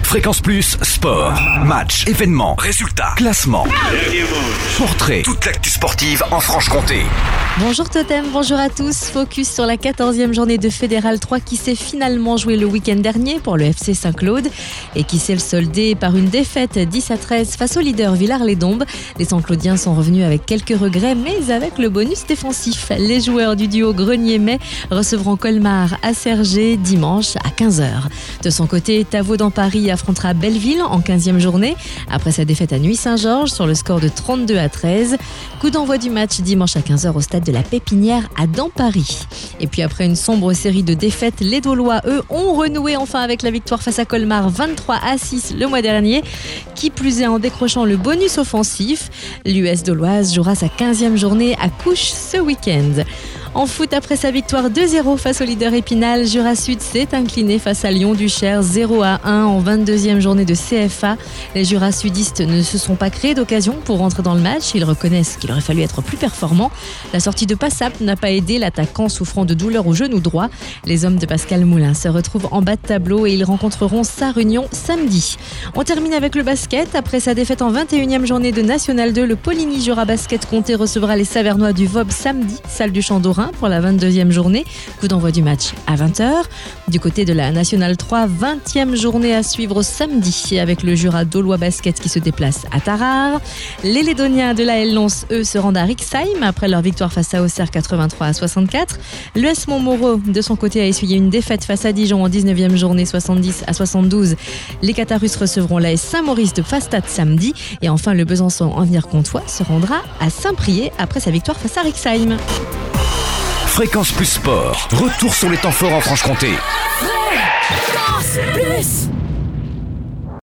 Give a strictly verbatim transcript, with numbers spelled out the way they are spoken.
Fréquence Plus, sport, match, événements, résultats, classement, portrait, toute l'actu sportive en Franche-Comté. Bonjour Totem, bonjour à tous. Focus sur la quatorzième journée de Fédéral trois qui s'est finalement jouée le week-end dernier pour le F C Saint-Claude et qui s'est soldée par une défaite dix à treize face au leader Villars-les-Dombes. Les Saint-Claudiens sont revenus avec quelques regrets mais avec le bonus défensif. Les joueurs du duo Grenier-May recevront Colmar à Cergy dimanche à quinze heures. De son côté, Tavaux Paris affrontera Belleville en quinzième journée après sa défaite à Nuits-Saint-Georges sur le score de trente-deux à treize. Coup d'envoi du match dimanche à quinze heures au stade de la Pépinière à Dampary. Et puis après une sombre série de défaites, les Dolois, eux, ont renoué enfin avec la victoire face à Colmar vingt-trois à six le mois dernier. Qui plus est en décrochant le bonus offensif. L'U S Doloise jouera sa quinzième journée à Couche ce week-end. En foot, après sa victoire deux zéro face au leader Épinal, Jura Sud s'est incliné face à Lyon-Duchère zéro à un en vingt-deuxième journée de C F A. Les Jura Sudistes ne se sont pas créés d'occasion pour rentrer dans le match. Ils reconnaissent qu'il aurait fallu être plus performant. La sortie de Passap n'a pas aidé l'attaquant souffrant de douleur au genou droit. Les hommes de Pascal Moulin se retrouvent en bas de tableau et ils rencontreront Sarre-Union samedi. On termine avec le basket. Après sa défaite en vingt et unième journée de National deux, le Poligny Jura Basket Comté recevra les Savernois du V O B samedi, salle du Champ d'Orin, pour la vingt-deuxième journée. Coup d'envoi du match à vingt heures. Du côté de la National trois, vingtième journée à suivre samedi avec le Jura Dolois Basket qui se déplace à Tarare. Les Lédoniens de la L-Lons, eux, se rendent à Rixheim après leur victoire face à Auxerre quatre-vingt-trois à soixante-quatre. L'U S Montmoreau, de son côté, a essuyé une défaite face à Dijon en dix-neuvième journée soixante-dix à soixante-douze. Les Catarus recevront l'A S Saint-Maurice de Fastad samedi. Et enfin, le Besançon Avenir-Comtois se rendra à Saint-Priest après sa victoire face à Rixheim. Fréquence Plus Sport. Retour sur les temps forts en Franche-Comté. Fréquence Plus.